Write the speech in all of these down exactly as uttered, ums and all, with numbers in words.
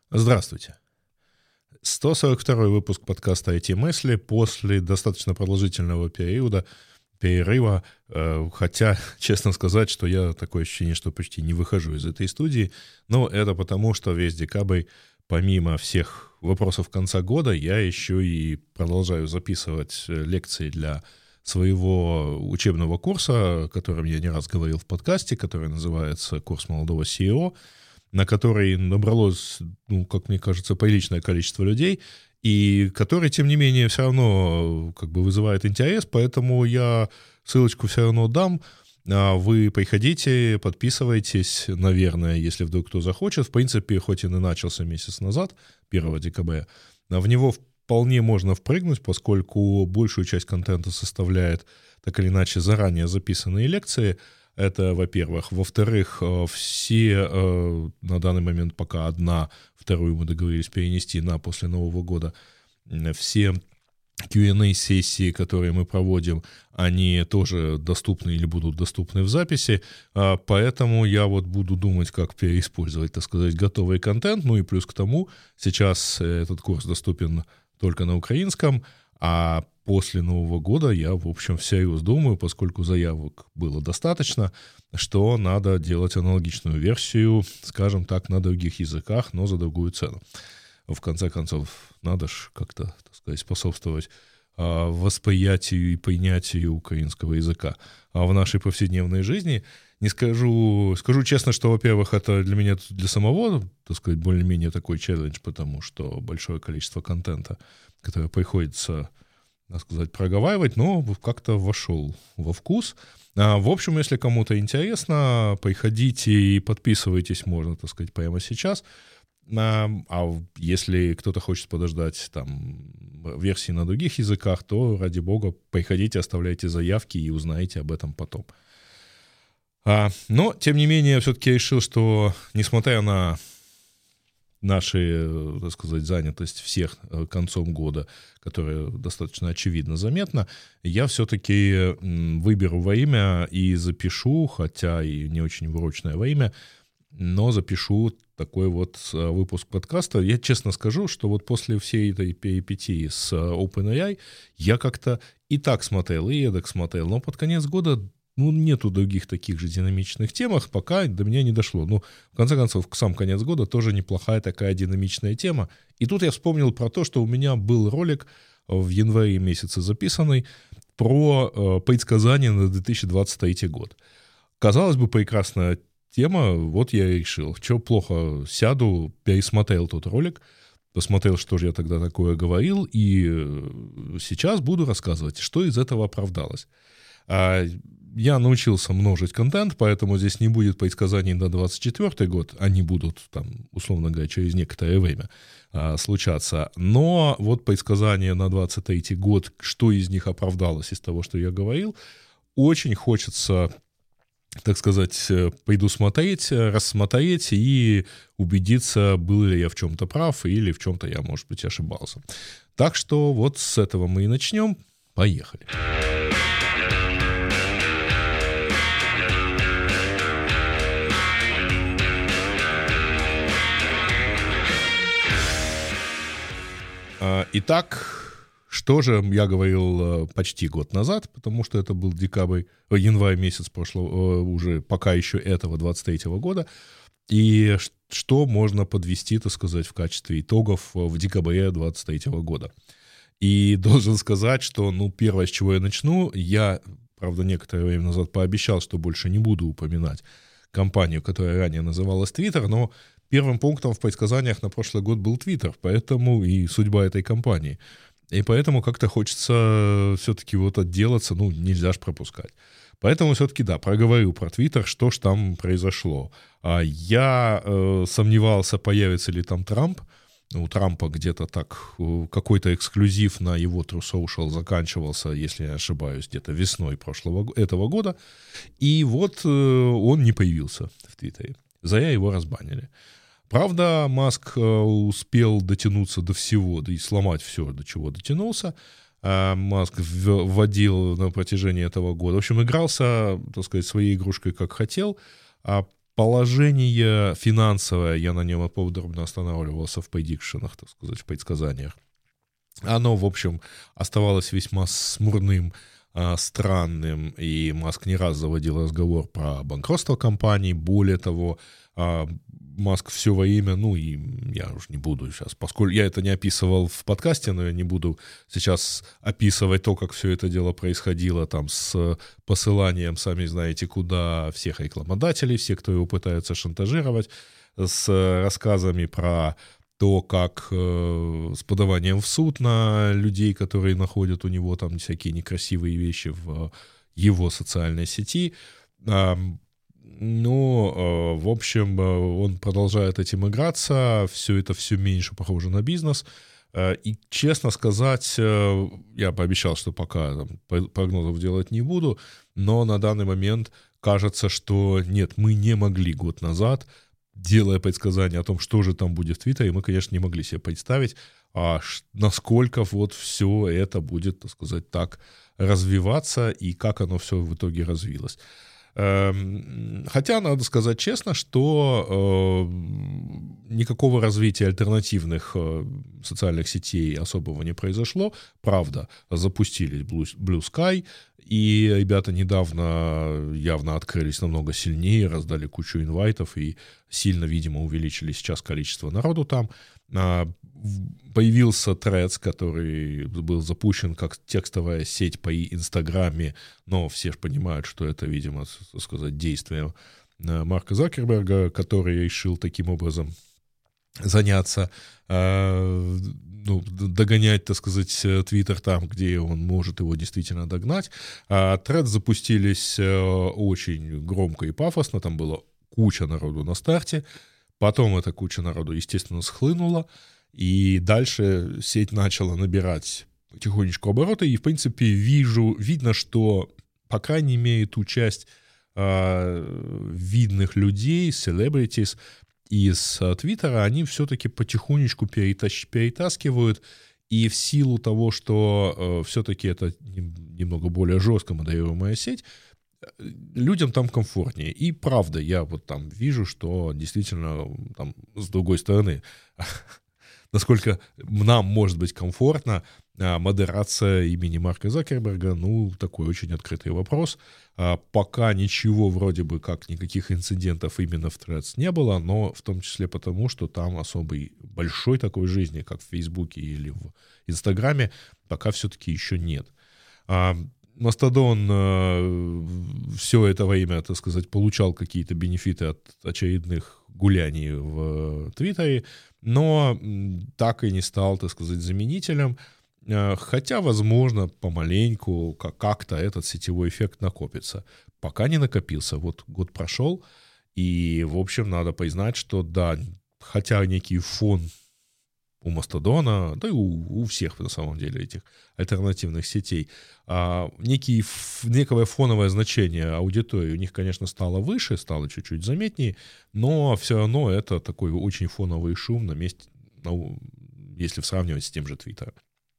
Здравствуйте. сто сорок второй выпуск подкаста «ай ти-мысли» после достаточно продолжительного периода, перерыва, э, хотя, честно сказать, что я такое ощущение, что почти не выхожу из этой студии, но это потому, что весь декабрь, помимо всех вопросов конца года, я еще и продолжаю записывать лекции для своего учебного курса, о котором я не раз говорил в подкасте, который называется «Курс молодого си и о», на который набралось, ну, как мне кажется, приличное количество людей, и который, тем не менее, все равно как бы вызывает интерес, поэтому я ссылочку все равно дам. Вы приходите, подписывайтесь, наверное, если вдруг кто захочет. В принципе, хоть он и начался месяц назад, первого декабря, в него вполне можно впрыгнуть, поскольку большую часть контента составляет так или иначе заранее записанные лекции. Это, во-первых. Во-вторых, все на данный момент пока одна, вторую мы договорились перенести на после Нового года, все кью энд эй-сессии, которые мы проводим, они тоже доступны или будут доступны в записи, поэтому я вот буду думать, как переиспользовать, так сказать, готовый контент, ну и плюс к тому, сейчас этот курс доступен только на украинском, а после Нового года я, в общем, всерьез думаю, поскольку заявок было достаточно, что надо делать аналогичную версию, скажем так, на других языках, но за другую цену. В конце концов, надо же как-то, так сказать, способствовать а, восприятию и принятию украинского языка. А в нашей повседневной жизни не скажу, скажу честно, что, во-первых, это для меня, для самого, так сказать, более-менее такой челлендж, потому что большое количество контента, которое приходится, так сказать, проговаривать, но как-то вошел во вкус. А, в общем, если кому-то интересно, приходите и подписывайтесь, можно, так сказать, прямо сейчас. А, а если кто-то хочет подождать там версии на других языках, то, ради бога, приходите, оставляйте заявки и узнаете об этом потом. А, но, тем не менее, я все-таки решил, что, несмотря на нашу, так сказать, занятость всех концом года, которая достаточно очевидно заметна, я все-таки выберу время и запишу, хотя и не очень выручное время, но запишу такой вот выпуск подкаста. Я честно скажу, что вот после всей этой перипетии с OpenAI я как-то и так смотрел, и эдак смотрел, но под конец года ну, нету других таких же динамичных темах, пока до меня не дошло. Ну, в конце концов, сам конец года тоже неплохая такая динамичная тема. И тут я вспомнил про то, что у меня был ролик в январе месяце записанный про э, предсказания на две тысячи двадцать третий год. Казалось бы, прекрасная тема, вот я и решил. Чего плохо, сяду, пересмотрел тот ролик, посмотрел, что же я тогда такое говорил, и сейчас буду рассказывать, что из этого оправдалось. Я научился множить контент, поэтому здесь не будет предсказаний на двадцать четвёртый год, они будут, там, условно говоря, через некоторое время а, случаться. Но вот предсказания на двадцать третий год, что из них оправдалось из того, что я говорил, очень хочется, так сказать, предусмотреть, рассмотреть и убедиться, был ли я в чем-то прав или в чем-то я, может быть, ошибался. Так что вот с этого мы и начнем. Поехали. Итак, что же я говорил почти год назад, потому что это был декабрь, январь месяц прошлого, уже пока еще этого двадцать третьего года, и что можно подвести, так сказать, в качестве итогов в декабре двадцать третьего года. И должен сказать, что, ну, первое, с чего я начну, я, правда, некоторое время назад пообещал, что больше не буду упоминать компанию, которая ранее называлась Twitter, но первым пунктом в предсказаниях на прошлый год был Twitter, поэтому и судьба этой компании. И поэтому как-то хочется все-таки вот отделаться, ну, нельзя же пропускать. Поэтому все-таки, да, проговорю про Twitter, что ж там произошло. Я э, сомневался, появится ли там Трамп. У Трампа где-то так какой-то эксклюзив на его True Social заканчивался, если я не ошибаюсь, где-то весной прошлого, этого года. И вот э, он не появился в Твиттере. Зря его разбанили. Правда, Маск успел дотянуться до всего, да и сломать все, до чего дотянулся. Маск вводил на протяжении этого года. В общем, игрался, так сказать, своей игрушкой как хотел. А положение финансовое, я на нем подробно останавливался в предикшенах, так сказать, в предсказаниях. Оно, в общем, оставалось весьма смурным, странным, и Маск не раз заводил разговор про банкротство компаний. Более того, Маск все во имя, ну и я уж не буду сейчас, поскольку я это не описывал в подкасте, но я не буду сейчас описывать то, как все это дело происходило, там, с посыланием, сами знаете, куда, всех рекламодателей, всех, кто его пытается шантажировать, с рассказами про то, как э, с подаванием в суд на людей, которые находят у него там всякие некрасивые вещи в его социальной сети. Э, но, э, в общем, он продолжает этим играться, все это все меньше похоже на бизнес. Э, и, честно сказать, э, я пообещал, что пока там, прогнозов делать не буду, но на данный момент кажется, что нет, мы не могли год назад, делая предсказания о том, что же там будет в Твиттере, мы, конечно, не могли себе представить, а насколько вот все это будет, так сказать, так развиваться и как оно все в итоге развилось. Хотя, надо сказать честно, что никакого развития альтернативных социальных сетей особого не произошло. Правда, запустили Blue Sky, и ребята недавно явно открылись намного сильнее, раздали кучу инвайтов и сильно, видимо, увеличили сейчас количество народу там. Появился Threads, который был запущен как текстовая сеть по Инстаграме, но все же понимают, что это, видимо, так сказать, действие Марка Закерберга, который решил таким образом заняться, ну, догонять, так сказать, Твиттер там, где он может его действительно догнать. Threads запустились очень громко и пафосно, там было куча народу на старте, потом эта куча народу, естественно, схлынула, и дальше сеть начала набирать потихонечку обороты, и, в принципе, вижу, видно, что, по крайней мере, ту часть э, видных людей, celebrities из Твиттера, они все-таки потихонечку перетащ, перетаскивают, и в силу того, что э, все-таки это немного более жестко модерируемая сеть, людям там комфортнее. И правда, я вот там вижу, что действительно там с другой стороны, насколько нам может быть комфортно, модерация имени Марка Закерберга, ну, такой очень открытый вопрос. Пока ничего вроде бы как никаких инцидентов именно в Threads не было, но в том числе потому, что там особой большой такой жизни, как в Фейсбуке или в Инстаграме, пока все-таки еще нет. Мастодон э, все это время, так сказать, получал какие-то бенефиты от очередных гуляний в Твиттере, но так и не стал, так сказать, заменителем, э, хотя, возможно, помаленьку как-то этот сетевой эффект накопится. Пока не накопился. Вот год прошел, и, в общем, надо признать, что да, хотя некий фон у Мастодона, да и у, у всех, на самом деле, этих альтернативных сетей, а, некий, некое фоновое значение аудитории у них, конечно, стало выше, стало чуть-чуть заметнее, но все равно это такой очень фоновый шум на месте, ну, если сравнивать с тем же Твиттером.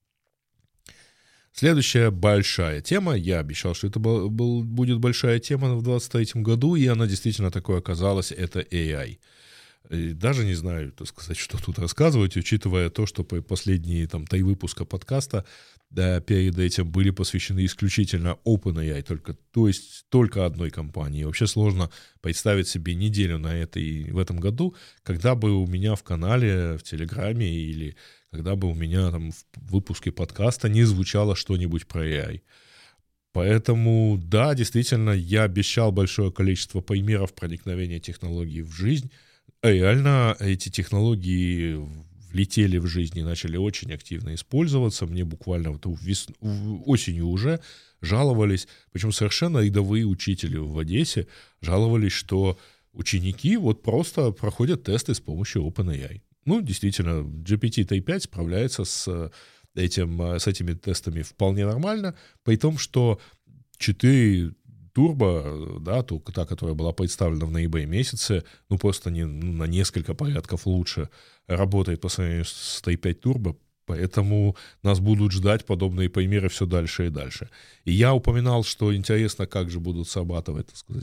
Следующая большая тема, я обещал, что это был, был, будет большая тема в двадцать третьем году, и она действительно такой оказалась, это эй ай. И даже не знаю, так сказать, что тут рассказывать, учитывая то, что последние там три выпуска подкаста да, перед этим были посвящены исключительно OpenAI, только, то есть только одной компании. Вообще сложно представить себе неделю на этой, в этом году, когда бы у меня в канале, в Телеграме или когда бы у меня там в выпуске подкаста не звучало что-нибудь про эй ай. Поэтому, да, действительно, я обещал большое количество примеров проникновения технологий в жизнь. Реально эти технологии влетели в жизнь и начали очень активно использоваться. Мне буквально вот вес... осенью уже жаловались, причем совершенно рядовые учители в Одессе жаловались, что ученики вот просто проходят тесты с помощью OpenAI. Ну, действительно, джи пи ти три точка пять справляется с, этим, с этими тестами вполне нормально, при том, что четыре Turbo, да, та, которая была представлена в ноябре месяце, ну, просто не, ну, на несколько порядков лучше работает по сравнению с три точка пять Turbo, поэтому нас будут ждать подобные примеры все дальше и дальше. И я упоминал, что интересно, как же будут срабатывать, так сказать,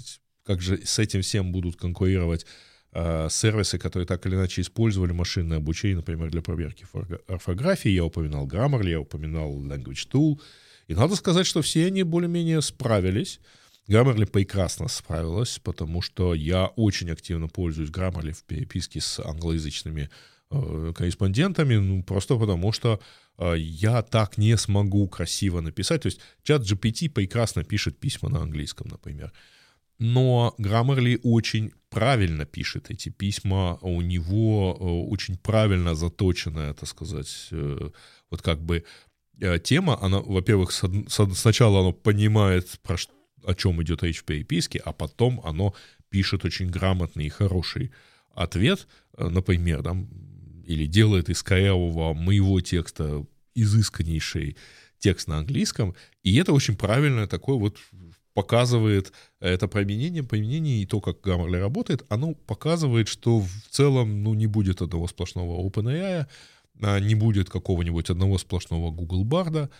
как же с этим всем будут конкурировать э, сервисы, которые так или иначе использовали машинное обучение, например, для проверки орфографии. Я упоминал Grammarly, я упоминал Language Tool. И надо сказать, что все они более-менее справились. Grammarly прекрасно справилась, потому что я очень активно пользуюсь Grammarly в переписке с англоязычными э, корреспондентами, ну, просто потому что э, я так не смогу красиво написать. То есть чат джи пи ти прекрасно пишет письма на английском, например. Но Grammarly очень правильно пишет эти письма, у него э, очень правильно заточенная, так сказать, э, вот как бы э, тема, она, во-первых, с, с, сначала оно понимает, про что, о чем идет речь в переписке, а потом оно пишет очень грамотный и хороший ответ, например, да, или делает из корявого моего текста изысканнейший текст на английском, и это очень правильно такое вот показывает это применение, применение и то, как Grammarly работает, оно показывает, что в целом ну, не будет одного сплошного OpenAI, не будет какого-нибудь одного сплошного Google Bard,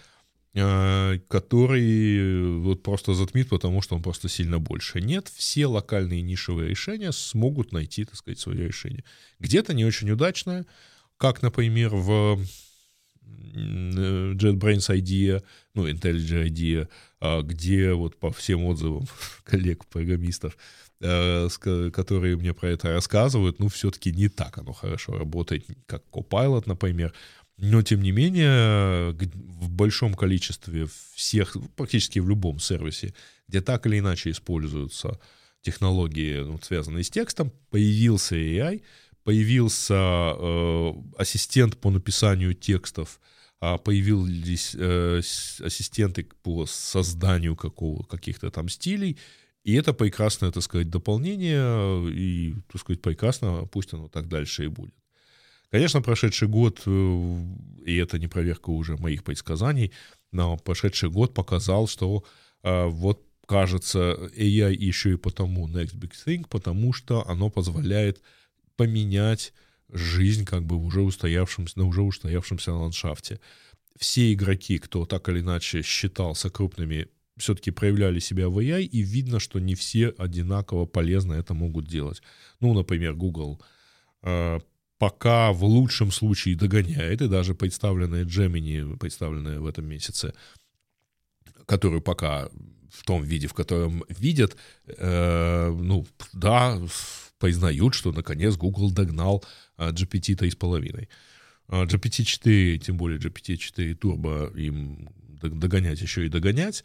который вот просто затмит, потому что он просто сильно больше. Нет, все локальные нишевые решения смогут найти, так сказать, свое решение. Где-то не очень удачное, как, например, в JetBrains IDEA, ну, IntelliJ IDEA, где вот по всем отзывам коллег-программистов, которые мне про это рассказывают, ну, все-таки не так оно хорошо работает, как Copilot, например. Но, тем не менее, в большом количестве всех, практически в любом сервисе, где так или иначе используются технологии, ну, связанные с текстом, появился эй ай, появился э, ассистент по написанию текстов, а появились э, ассистенты по созданию какого, каких-то там стилей, и это прекрасное, так сказать, дополнение, и, так сказать, прекрасно, пусть оно так дальше и будет. Конечно, прошедший год, и это не проверка уже моих предсказаний, но прошедший год показал, что э, вот, кажется, эй ай еще и потому next big thing, потому что оно позволяет поменять жизнь как бы в уже устоявшемся, на уже устоявшемся ландшафте. Все игроки, кто так или иначе считался крупными, все-таки проявляли себя в эй ай, и видно, что не все одинаково полезно это могут делать. Ну, например, Google э, пока в лучшем случае догоняет, и даже представленная Gemini, представленная в этом месяце, которую пока в том виде, в котором видят, э, ну, да, признают, что наконец Google догнал джи пи ти три с половиной. джи пи ти четыре, тем более джи пи ти четыре Turbo, им догонять еще и догонять.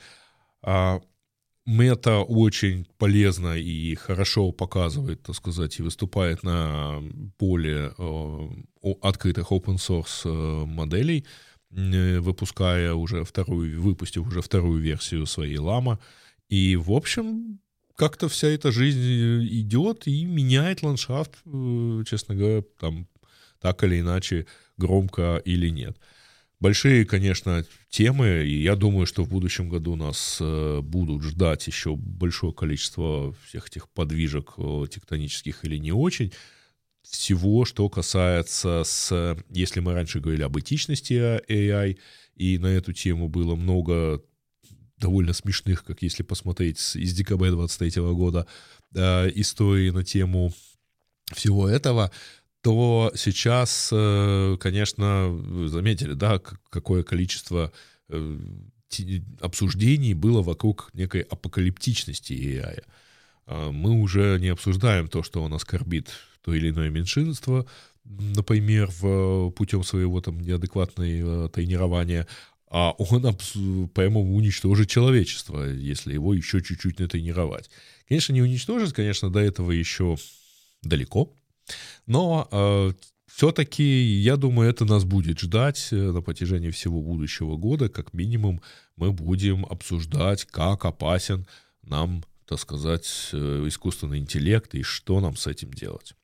Мета очень полезно и хорошо показывает, так сказать, и выступает на поле открытых open-source моделей, выпуская уже вторую, выпустив уже вторую версию своей Llama. И, в общем, как-то вся эта жизнь идет и меняет ландшафт, честно говоря, там так или иначе, громко или нет. Большие, конечно, темы, и я думаю, что в будущем году нас будут ждать еще большое количество всех этих подвижек тектонических или не очень. Всего, что касается, с, если мы раньше говорили об этичности эй ай, и на эту тему было много довольно смешных, как если посмотреть из декабря двадцать третьего года, э, истории на тему всего этого, то сейчас, э, конечно, вы заметили, да, какое количество э, обсуждений было вокруг некой апокалиптичности эй ай. Э, мы уже не обсуждаем то, что он оскорбит то или иное меньшинство, например, в, путем своего там неадекватного тренирования, а он прямо уничтожит человечество, если его еще чуть-чуть натренировать. Конечно, не уничтожит, конечно, до этого еще далеко, но э, все-таки, я думаю, это нас будет ждать на протяжении всего будущего года. Как минимум, мы будем обсуждать, как опасен нам, так сказать, искусственный интеллект и что нам с этим делать.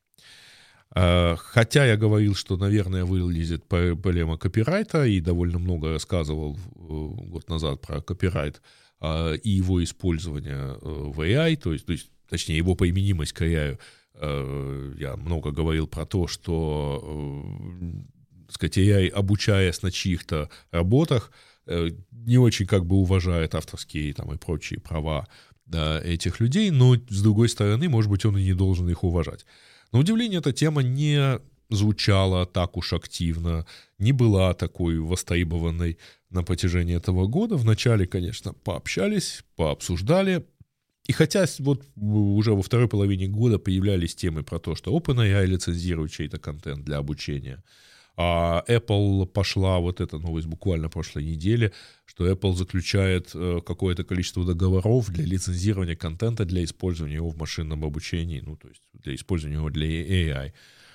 Хотя я говорил, что, наверное, вылезет проблема копирайта, и довольно много рассказывал год назад про копирайт и его использование в эй ай, то есть, то есть точнее, его применимость к эй ай. Я много говорил про то, что, так сказать, эй ай, обучаясь на чьих-то работах, не очень как бы уважает авторские там, и прочие права да, этих людей, но, с другой стороны, может быть, он и не должен их уважать. На удивление, эта тема не звучала так уж активно, не была такой востребованной на протяжении этого года. Вначале, конечно, пообщались, пообсуждали. И хотя вот уже во второй половине года появлялись темы про то, что OpenAI лицензирует чей-то контент для обучения, а Apple пошла, вот эта новость буквально прошлой неделе, что Apple заключает какое-то количество договоров для лицензирования контента, для использования его в машинном обучении, ну, то есть для использования его для эй ай.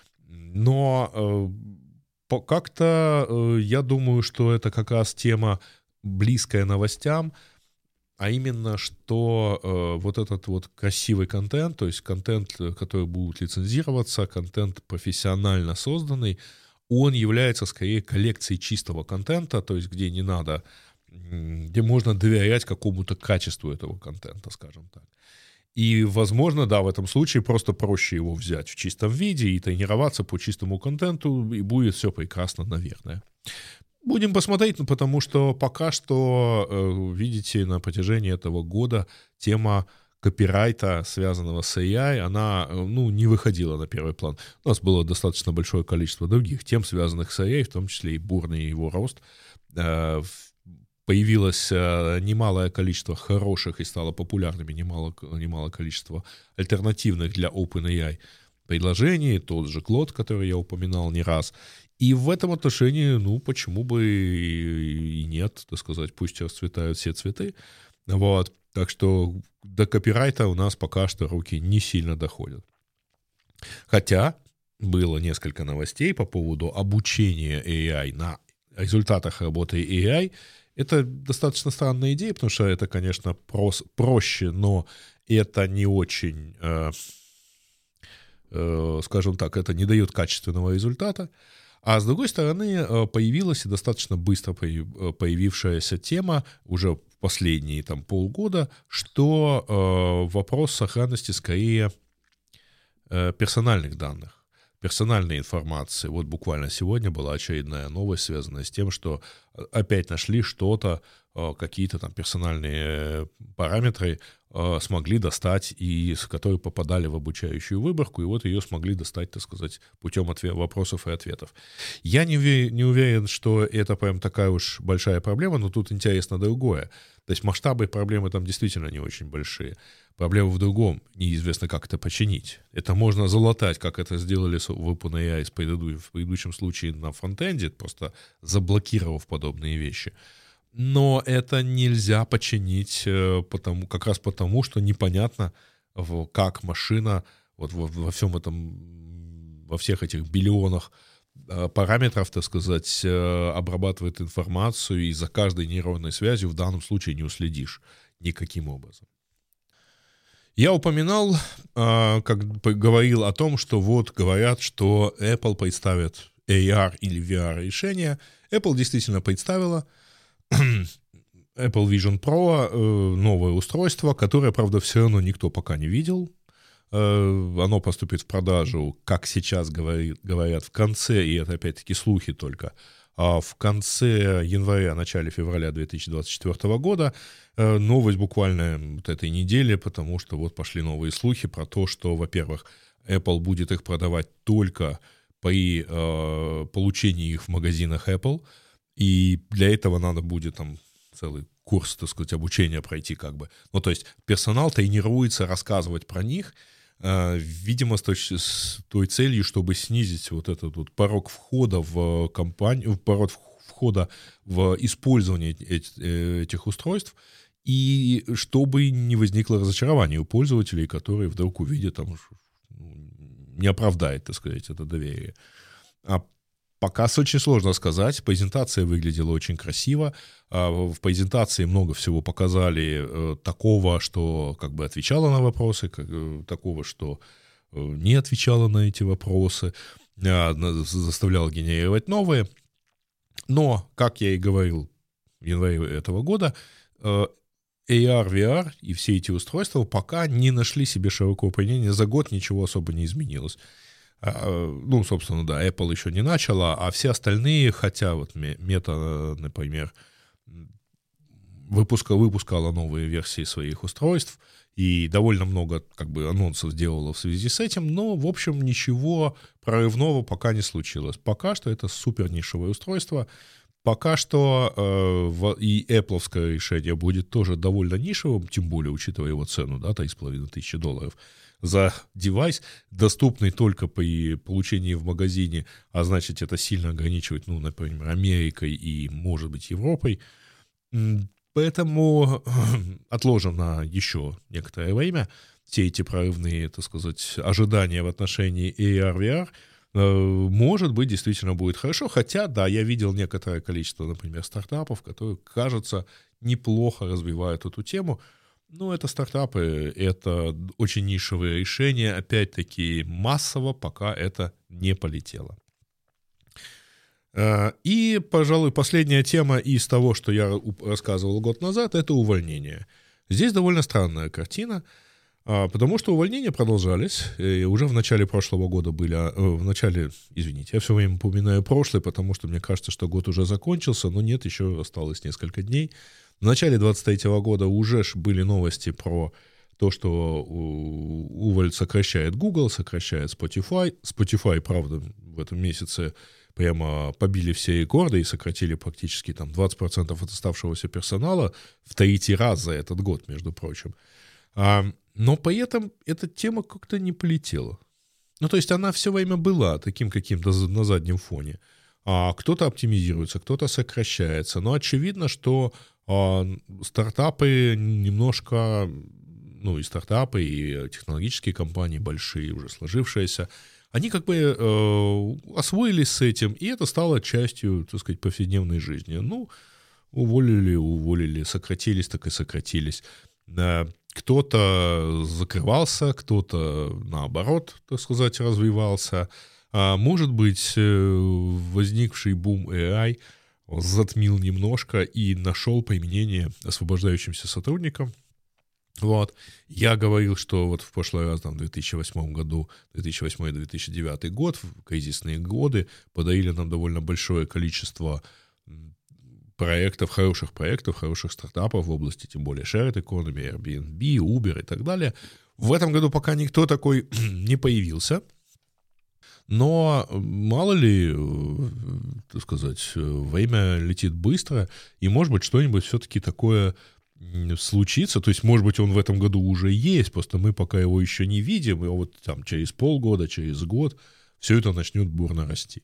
Но э, как-то э, я думаю, что это как раз тема близкая новостям, а именно, что э, вот этот вот красивый контент, то есть контент, который будет лицензироваться, контент профессионально созданный, он является скорее коллекцией чистого контента, то есть где не надо, где можно доверять какому-то качеству этого контента, скажем так. И, возможно, да, в этом случае просто проще его взять в чистом виде и тренироваться по чистому контенту, и будет все прекрасно, наверное. Будем посмотреть, ну, потому что пока что, э, видите, на протяжении этого года тема копирайта, связанного с эй ай, она, ну, не выходила на первый план. У нас было достаточно большое количество других тем, связанных с эй ай, в том числе и бурный его рост. Э, появилось немалое количество хороших и стало популярными немало, немало количество альтернативных для OpenAI предложений, тот же Клод, который я упоминал не раз. И в этом отношении, ну, почему бы и нет, так сказать, пусть расцветают все цветы. Вот. Так что до копирайта у нас пока что руки не сильно доходят. Хотя было несколько новостей по поводу обучения эй ай на результатах работы эй ай. Это достаточно странная идея, потому что это, конечно, прос- проще, но это не очень, э, э, скажем так, это не дает качественного результата. А с другой стороны, появилась и достаточно быстро появившаяся тема, уже в последние там, полгода, что э, вопрос сохранности скорее э, персональных данных, персональной информации. Вот буквально сегодня была очередная новость, связанная с тем, что опять нашли что-то, какие-то там персональные параметры смогли достать, и которые попадали в обучающую выборку, и вот ее смогли достать, так сказать, путем ответ, вопросов и ответов. Я не, ве, не уверен, что это прям такая уж большая проблема, но тут интересно другое. То есть масштабы проблемы там действительно не очень большие. Проблема в другом. Неизвестно, как это починить. Это можно залатать, как это сделали в OpenAI в предыдущем случае на фронтенде, просто заблокировав подобные вещи. Но это нельзя починить потому, как раз потому, что непонятно, как машина вот во, во всем этом, во всех этих биллионах параметров, так сказать, обрабатывает информацию, и за каждой нейронной связью в данном случае не уследишь никаким образом. Я упоминал, как говорил о том, что вот говорят, что Apple представит эй ар или ви ар решение. Apple действительно представила Apple Vision Pro, новое устройство, которое, правда, все равно никто пока не видел. Оно поступит в продажу, как сейчас говорит, говорят, в конце, и это опять-таки слухи только, а в конце января, начале февраля две тысячи двадцать четвёртого года. Новость буквально вот этой недели, потому что вот пошли новые слухи про то, что, во-первых, Apple будет их продавать только при э, получении их в магазинах Apple, и для этого надо будет там целый курс, так сказать, обучения пройти как бы. Ну, то есть персонал тренируется рассказывать про них, э, видимо, с той, с той целью, чтобы снизить вот этот вот порог входа в компанию, порог входа в использование этих, этих устройств, и чтобы не возникло разочарования у пользователей, которые вдруг увидят, там, не оправдает, так сказать, это доверие. А пока очень сложно сказать. Презентация выглядела очень красиво. В презентации много всего показали такого, что как бы отвечало на вопросы, такого, что не отвечало на эти вопросы, заставляло генерировать новые. Но, как я и говорил в январе этого года, эй ар, ви ар и все эти устройства пока не нашли себе широкого применения. За год ничего особо не изменилось. Ну, собственно, да, Apple еще не начала, а все остальные, хотя вот Meta, например, выпуска, выпускала новые версии своих устройств, и довольно много как бы анонсов сделала в связи с этим, но, в общем, ничего прорывного пока не случилось. Пока что это супер нишевое устройство. Пока что э, и Apple-овское решение будет тоже довольно нишевым, тем более, учитывая его цену, да, три с половиной тысячи долларов за девайс, доступный только при получении в магазине, а значит, это сильно ограничивает, ну, например, Америкой и, может быть, Европой. Поэтому отложим на еще некоторое время все эти прорывные, так сказать, ожидания в отношении эй ар ви ар. Может быть, действительно будет хорошо. Хотя, да, я видел некоторое количество, например, стартапов, которые, кажется, неплохо развивают эту тему. Но это стартапы, это очень нишевые решения. Опять-таки, массово пока это не полетело. И, пожалуй, последняя тема из того, что я рассказывал год назад, это увольнение. Здесь довольно странная картина, потому что увольнения продолжались. И уже в начале прошлого года были... В начале, извините, я все время упоминаю прошлый, потому что мне кажется, что год уже закончился, но нет, еще осталось несколько дней. В начале двадцать третьего года уже были новости про то, что уволь сокращает Google, сокращает Spotify. Spotify, правда, в этом месяце прямо побили все рекорды и сократили практически там двадцать процентов от оставшегося персонала в третий раз за этот год, между прочим. А, но при этом эта тема как-то не полетела. Ну, то есть она все время была таким каким-то на заднем фоне. А кто-то оптимизируется, кто-то сокращается. Но очевидно, что а, стартапы немножко, ну, и стартапы, и технологические компании большие, уже сложившиеся, они как бы э, освоились с этим, и это стало частью, так сказать, повседневной жизни. Ну, уволили, уволили, сократились, так и сократились. Кто-то закрывался, кто-то, наоборот, так сказать, развивался. А может быть, возникший бум эй ай затмил немножко и нашел применение освобождающимся сотрудникам. Вот. Я говорил, что вот в прошлый раз, там, в две тысячи восьмом году, две тысячи восьмой - две тысячи девятый год, в кризисные годы, подарили нам довольно большое количество проектов, хороших проектов, хороших стартапов в области, тем более, shared economy, Airbnb, Uber и так далее. В этом году пока никто такой не появился. Но мало ли, так сказать, время летит быстро, и, может быть, что-нибудь все-таки такое случится, то есть, может быть, он в этом году уже есть, просто мы пока его еще не видим, и вот там через полгода, через год все это начнет бурно расти.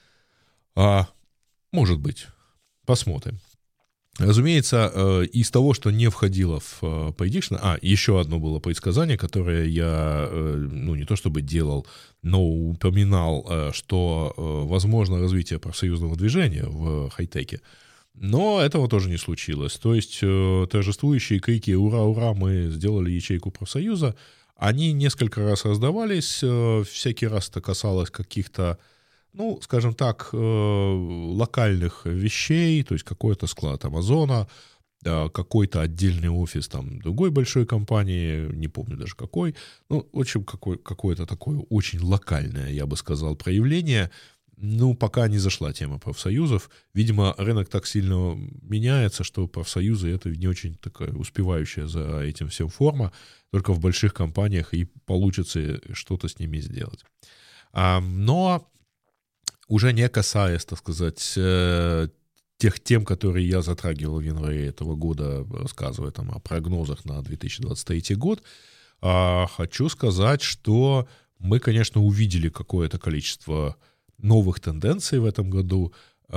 А, может быть, посмотрим. Разумеется, из того, что не входило в prediction, а, еще одно было предсказание, которое я, ну, не то чтобы делал, но упоминал, что возможно развитие профсоюзного движения в хай-теке. Но этого тоже не случилось. То есть э, торжествующие крики «Ура, ура, мы сделали ячейку профсоюза», они несколько раз раздавались, э, всякий раз это касалось каких-то, ну, скажем так, э, локальных вещей, то есть какой-то склад Амазона, э, какой-то отдельный офис там другой большой компании, не помню даже какой, ну, в общем, какой, какое-то такое очень локальное, я бы сказал, проявление. Ну, пока не зашла тема профсоюзов. Видимо, рынок так сильно меняется, что профсоюзы — это не очень такая успевающая за этим всем форма. Только в больших компаниях и получится что-то с ними сделать. А, но уже не касаясь, так сказать, тех тем, которые я затрагивал в январе этого года, рассказывая там о прогнозах на две тысячи двадцать третий год, а, хочу сказать, что мы, конечно, увидели какое-то количество новых тенденций в этом году.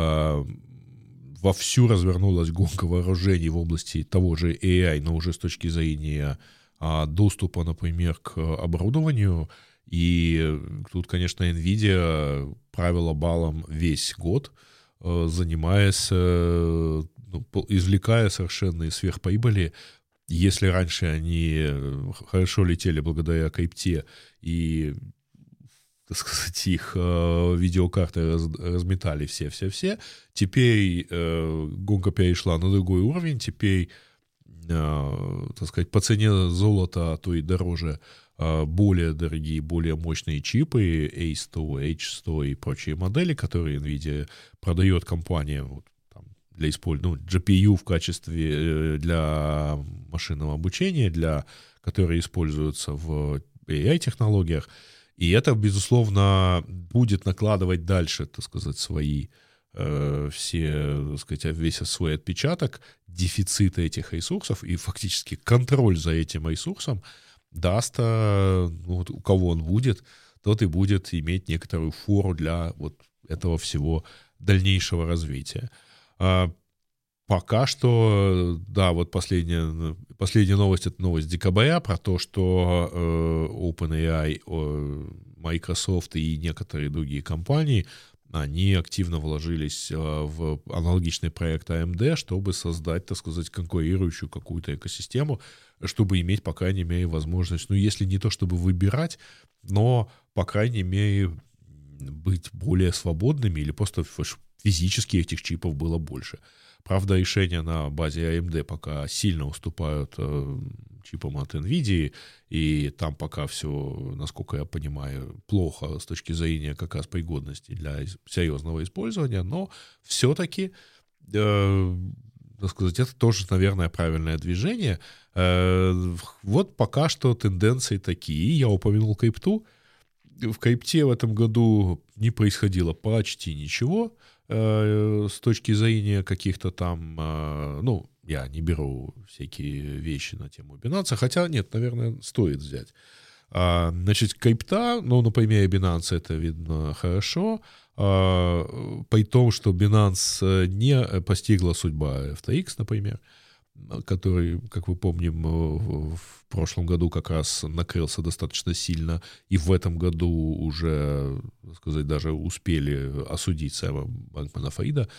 Вовсю развернулась гонка вооружений в области того же эй ай, но уже с точки зрения доступа, например, к оборудованию. И тут, конечно, NVIDIA правила балом весь год, занимаясь, ну, извлекая совершенные сверхприбыли. Если раньше они хорошо летели благодаря крипте и, так сказать, их э, видеокарты раз, разметали все-все-все. Теперь э, гонка перешла на другой уровень. Теперь, э, так сказать, по цене золота, а то и дороже, э, более дорогие, более мощные чипы, эй сто, эйч сто и прочие модели, которые NVIDIA продает компаниям, вот, там, для использования, ну, джи пи ю в качестве для машинного обучения, для, которые используются в эй ай-технологиях. И это, безусловно, будет накладывать дальше, так сказать, свои э, все, так сказать, весь свой отпечаток дефицита этих ресурсов, и фактически контроль за этим ресурсом даст, ну, вот у кого он будет, тот и будет иметь некоторую фору для вот этого всего дальнейшего развития. А пока что, да, вот последняя, последняя новость, это новость декабря про то, что э, OpenAI, э, Microsoft и некоторые другие компании, они активно вложились э, в аналогичный проект эй эм ди, чтобы создать, так сказать, конкурирующую какую-то экосистему, чтобы иметь, по крайней мере, возможность, ну, если не то чтобы выбирать, но, по крайней мере, быть более свободными или просто физически этих чипов было больше. Правда, решения на базе эй эм ди пока сильно уступают э, чипам от NVIDIA, и там пока все, насколько я понимаю, плохо с точки зрения как раз пригодности для серьезного использования, но все-таки, э, так сказать, это тоже, наверное, правильное движение. Э, вот пока что тенденции такие. Я упомянул крипту. В крипте в этом году не происходило почти ничего э, с точки зрения каких-то там, э, ну, я не беру всякие вещи на тему Binance, хотя нет, наверное, стоит взять. А, значит, крипта, ну, на примере Binance это видно хорошо, а, при том, что Binance не постигла судьба эф ти экс, например, который, как вы помним, в прошлом году как раз накрылся достаточно сильно, и в этом году уже, так сказать, даже успели осудить Сэма Бэнкмана-Фрида,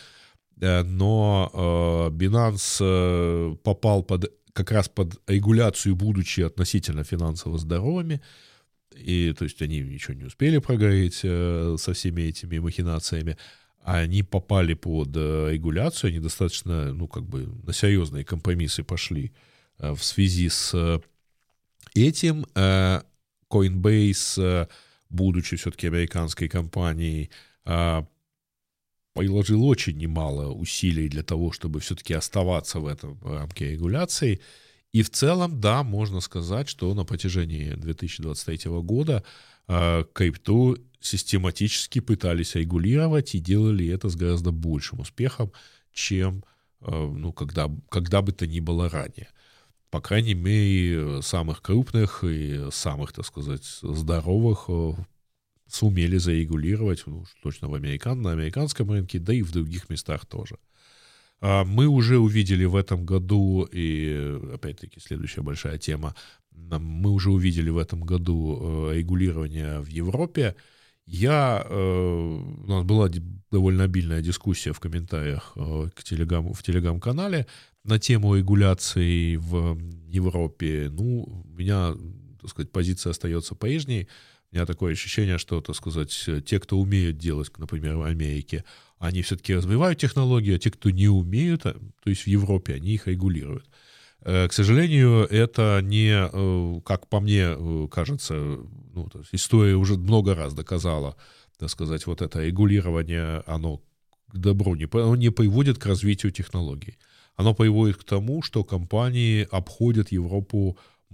но Binance попал под, как раз под регуляцию, будучи относительно финансово здоровыми, и, то есть они ничего не успели прогореть со всеми этими махинациями, они попали под регуляцию, они достаточно, ну, как бы на серьезные компромиссы пошли в связи с этим. Coinbase, будучи все-таки американской компанией, приложил очень немало усилий для того, чтобы все-таки оставаться в этом рамке регуляции. И в целом, да, можно сказать, что на протяжении две тысячи двадцать третьего года крипту систематически пытались регулировать и делали это с гораздо большим успехом, чем, ну, когда, когда бы то ни было ранее. По крайней мере, самых крупных и самых, так сказать, здоровых сумели зарегулировать, ну, точно в американ, на американском рынке, да и в других местах тоже. Мы уже увидели в этом году, и опять-таки следующая большая тема, мы уже увидели в этом году регулирование в Европе. Я, у нас была довольно обильная дискуссия в комментариях к телеграм, в телеграм-канале на тему регуляции в Европе. Ну, у меня, так сказать, позиция остается прежней. У меня такое ощущение, что, так сказать, те, кто умеют делать, например, в Америке, они все-таки развивают технологии, а те, кто не умеют, то есть в Европе, они их регулируют. К сожалению, это не, как по мне кажется, ну, то есть история уже много раз доказала, так сказать, вот это регулирование, оно к добру не, оно не приводит к развитию технологий. Оно приводит к тому, что компании обходят Европу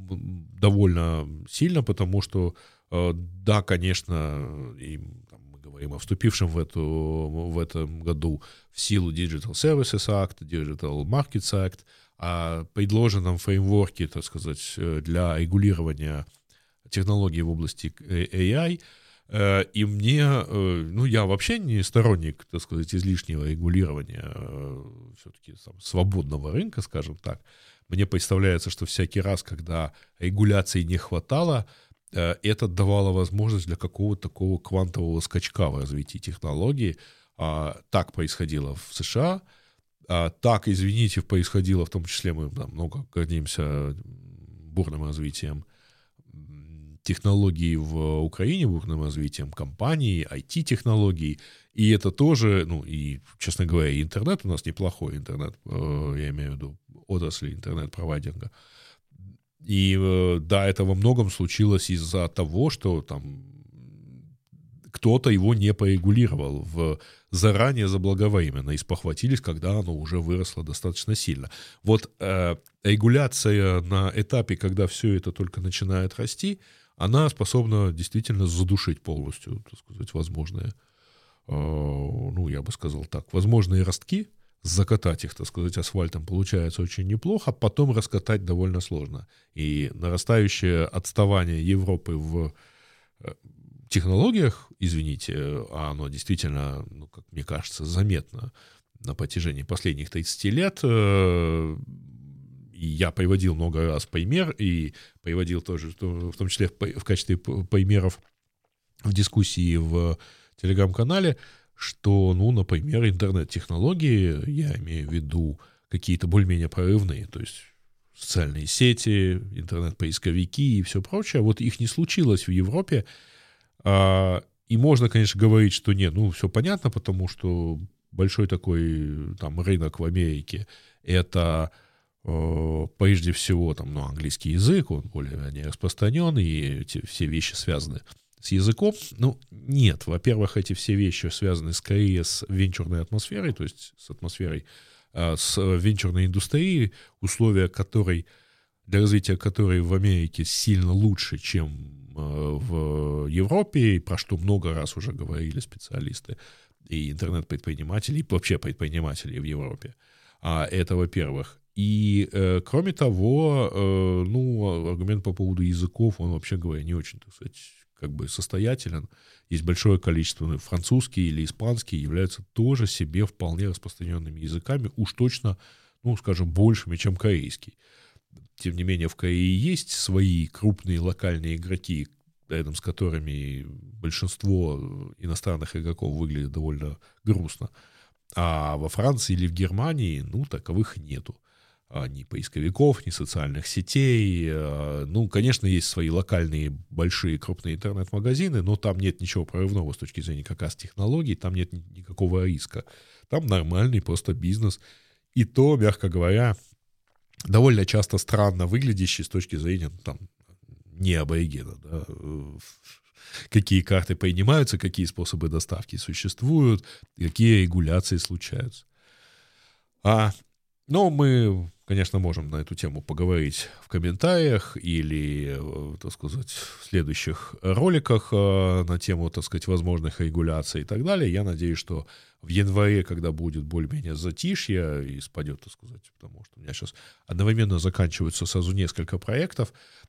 довольно сильно, потому что, да, конечно, им, там, мы говорим о вступившем в, эту, в этом году в силу Digital Services Act, Digital Markets Act, о предложенном фреймворке, так сказать, для регулирования технологий в области эй ай. И мне, ну, я вообще не сторонник, так сказать, излишнего регулирования все-таки там, свободного рынка, скажем так. Мне представляется, что всякий раз, когда регуляции не хватало, это давало возможность для какого-то такого квантового скачка в развитии технологий. Так происходило в США. Так, извините, происходило, в том числе мы да, много гордимся бурным развитием технологий в Украине, бурным развитием компаний, ай ти-технологий. И это тоже, ну и, честно говоря, и интернет у нас неплохой, интернет, я имею в виду отрасли интернет-провайдинга. И да, это во многом случилось из-за того, что там кто-то его не порегулировал, в, заранее заблаговременно, и спохватились, когда оно уже выросло достаточно сильно. Вот э, регуляция на этапе, когда все это только начинает расти, она способна действительно задушить полностью, так сказать, возможные, э, ну, я бы сказал так, возможные ростки, закатать их, так сказать, асфальтом получается очень неплохо, потом раскатать довольно сложно. И нарастающее отставание Европы в технологиях, извините, а оно действительно, ну, как мне кажется, заметно на протяжении последних тридцати лет. И я приводил много раз пример, и приводил тоже, в том числе в качестве примеров в дискуссии в телеграм-канале, что, ну, например, интернет-технологии, я имею в виду какие-то более-менее прорывные, то есть социальные сети, интернет-поисковики и все прочее, вот их не случилось в Европе. И можно, конечно, говорить, что нет, ну, все понятно, потому что большой такой там рынок в Америке — это э, прежде всего там, ну, английский язык, он более-менее распространен, и эти все вещи связаны с языком. Ну, нет, во-первых, эти все вещи связаны скорее с венчурной атмосферой, то есть с атмосферой, э, с венчурной индустрией, условия которой, для развития которой в Америке сильно лучше, чем в Европе, про что много раз уже говорили специалисты и интернет-предприниматели, и вообще предприниматели в Европе. А это, во-первых. И, э, кроме того, э, ну, аргумент по поводу языков, он, вообще говоря, не очень, так сказать, как бы состоятелен. Есть большое количество, ну, французский или испанский являются тоже себе вполне распространенными языками, уж точно, ну, скажем, большими, чем корейский. Тем не менее, в Корее есть свои крупные локальные игроки, рядом с которыми большинство иностранных игроков выглядит довольно грустно. А во Франции или в Германии, ну, таковых нету. Ни поисковиков, ни социальных сетей. Ну, конечно, есть свои локальные большие крупные интернет-магазины, но там нет ничего прорывного с точки зрения как раз технологий, там нет никакого риска. Там нормальный просто бизнес. И то, мягко говоря, довольно часто странно выглядящий с точки зрения, ну, там, не аборигена, да, какие карты принимаются, какие способы доставки существуют, какие регуляции случаются. А, но мы, конечно, можем на эту тему поговорить в комментариях или, так сказать, в следующих роликах на тему, так сказать, возможных регуляций и так далее. Я надеюсь, что в январе, когда будет более-менее затишье и спадет, так сказать, потому что у меня сейчас одновременно заканчиваются сразу несколько проектов,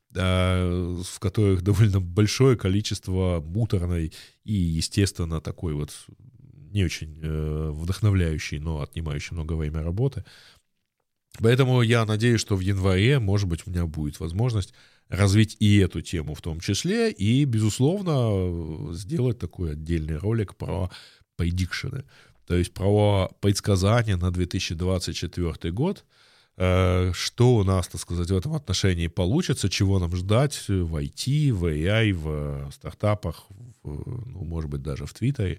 в которых довольно большое количество муторной и, естественно, такой вот не очень вдохновляющей, но отнимающей много времени работы. Поэтому я надеюсь, что в январе, может быть, у меня будет возможность развить и эту тему в том числе, и, безусловно, сделать такой отдельный ролик про предикшены, то есть про предсказания на две тысячи двадцать четвёртый год, что у нас, так сказать, в этом отношении получится, чего нам ждать в ай ти, в эй ай, в стартапах, в, ну, может быть, даже в Твиттере,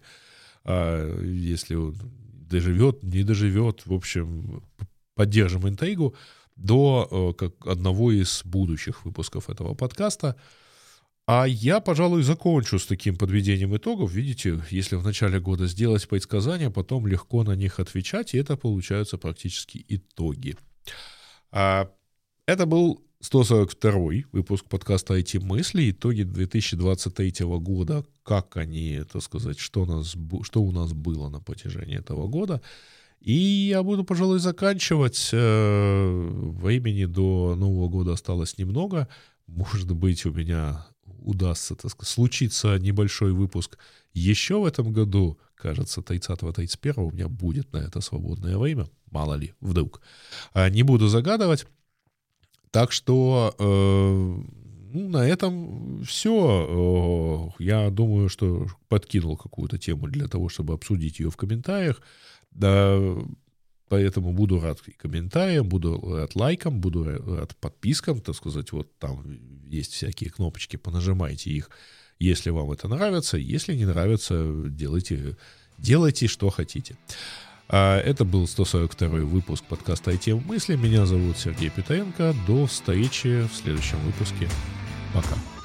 если он доживет, не доживет, в общем, поддержим интригу до как, одного из будущих выпусков этого подкаста. А я, пожалуй, закончу с таким подведением итогов. Видите, если в начале года сделать предсказания, потом легко на них отвечать, и это получаются практически итоги. А это был сто сорок второй выпуск подкаста ай ти-мысли, итоги две тысячи двадцать третьего года, как они, так сказать, что, нас, что у нас было на протяжении этого года. И я буду, пожалуй, заканчивать. Времени до Нового года осталось немного. Может быть, у меня удастся, так сказать, случиться небольшой выпуск еще в этом году. Кажется, тридцатого-тридцать первого у меня будет на это свободное время. Мало ли, вдруг. Не буду загадывать. Так что э, ну, на этом все. Я думаю, что подкинул какую-то тему для того, чтобы обсудить ее в комментариях. Да, поэтому буду рад и комментариям, буду рад лайкам, буду рад подпискам, так сказать. Вот там есть всякие кнопочки, понажимайте их, если вам это нравится. Если не нравится, делайте, делайте что хотите. Это был сто сорок второй выпуск подкаста ай ти-мысли. Меня зовут Сергей Петренко. До встречи в следующем выпуске. Пока.